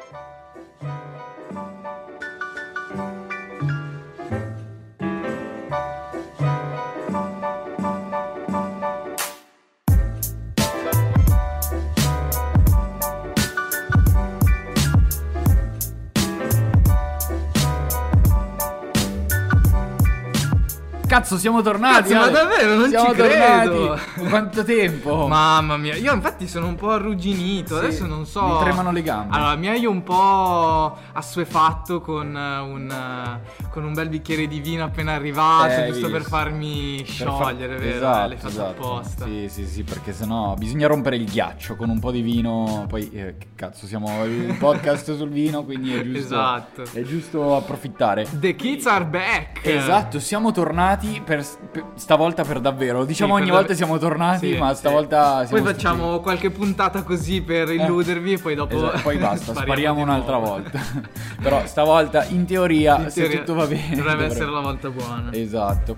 Cazzo, siamo tornati! Cazzo, ma davvero, non siamo ci credo! Tornati. Quanto tempo! Mamma mia, io infatti sono un po' arrugginito, Sì, adesso non so... mi tremano le gambe. Allora, mi hai un po' assuefatto con un bel bicchiere di vino appena arrivato, giusto per farmi sciogliere, vero? Esatto, L'hai fatto esatto. apposta. Sì, perché sennò bisogna rompere il ghiaccio con un po' di vino. Poi, che cazzo, siamo in podcast sul vino, quindi è giusto, Esatto. è giusto approfittare. The kids are back! Esatto, siamo tornati stavolta per davvero. Diciamo Sì, ogni per volta siamo tornati, sì, ma sì. stavolta siamo Poi facciamo qualche puntata così per illudervi e poi dopo esatto, poi basta, spariamo di un'altra nuovo. volta. Però stavolta in teoria, In se teoria tutto va bene, dovrebbe essere la volta buona. Esatto.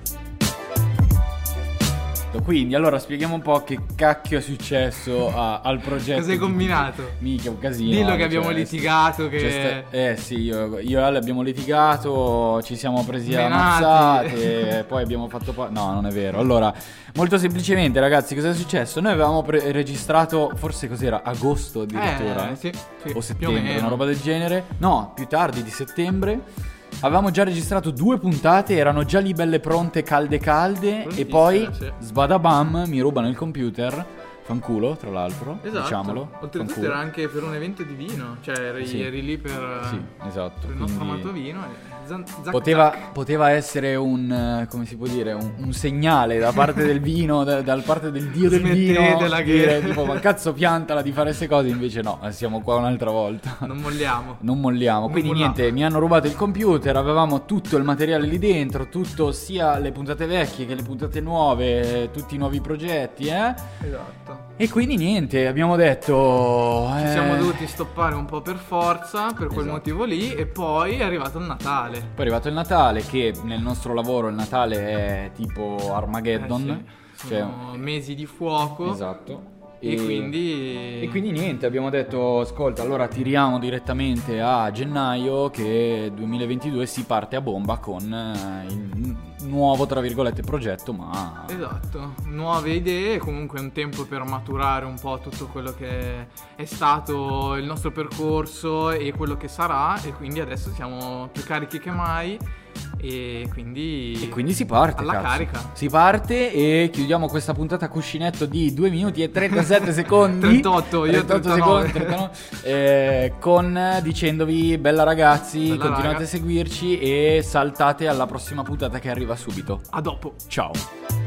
Quindi allora spieghiamo un po' che cacchio è successo al progetto. Cosa hai combinato? Mica un casino. Dillo che abbiamo litigato, che... sì, io e Ale abbiamo litigato, ci siamo presi a Menati. mazzate, poi abbiamo fatto... No, non è vero. Allora, molto semplicemente ragazzi, cosa è successo? Noi avevamo registrato, forse cos'era, agosto addirittura, sì, o più o settembre, meno. una roba del genere. No, più tardi di settembre. Avevamo già registrato 2 puntate, erano già lì belle pronte, calde, e poi sì. sbadabam, mi rubano il computer, fanculo tra l'altro, Esatto. diciamolo. Oltretutto fanculo. era anche per un evento di vino, cioè Sì. eri lì per, Sì, esatto. per il nostro quindi amato vino e poteva essere un, come si può dire, un segnale da parte del vino, da parte del dio del vino, Smettetela che- dire tipo ma cazzo piantala di fare queste cose, invece no, siamo qua un'altra volta. non molliamo. Non molliamo, quindi mollare. niente, mi hanno rubato il computer, avevamo tutto il materiale lì dentro, tutto sia le puntate vecchie che le puntate nuove, tutti i nuovi progetti, Esatto. E quindi niente, abbiamo detto... Ci siamo dovuti stoppare un po' per forza, per quel Esatto. motivo lì, e poi è arrivato il Natale. Poi è arrivato il Natale, che nel nostro lavoro il Natale è tipo Armageddon. Sì, cioè, sono mesi di fuoco. esatto. E quindi niente, abbiamo detto, ascolta, allora tiriamo direttamente a gennaio che 2022 si parte a bomba con il nuovo, tra virgolette, progetto, ma... Esatto, nuove idee, comunque un tempo per maturare un po' tutto quello che è stato il nostro percorso e quello che sarà, e quindi adesso siamo più carichi che mai e quindi si parte, alla cazzo. carica. Si parte e chiudiamo questa puntata a cuscinetto di 2 minuti e 37 secondi 38, io 38 39. secondi 39, con dicendovi bella ragazzi, Bella continuate raga. a seguirci e saltate alla prossima puntata che arriva subito. A dopo. Ciao.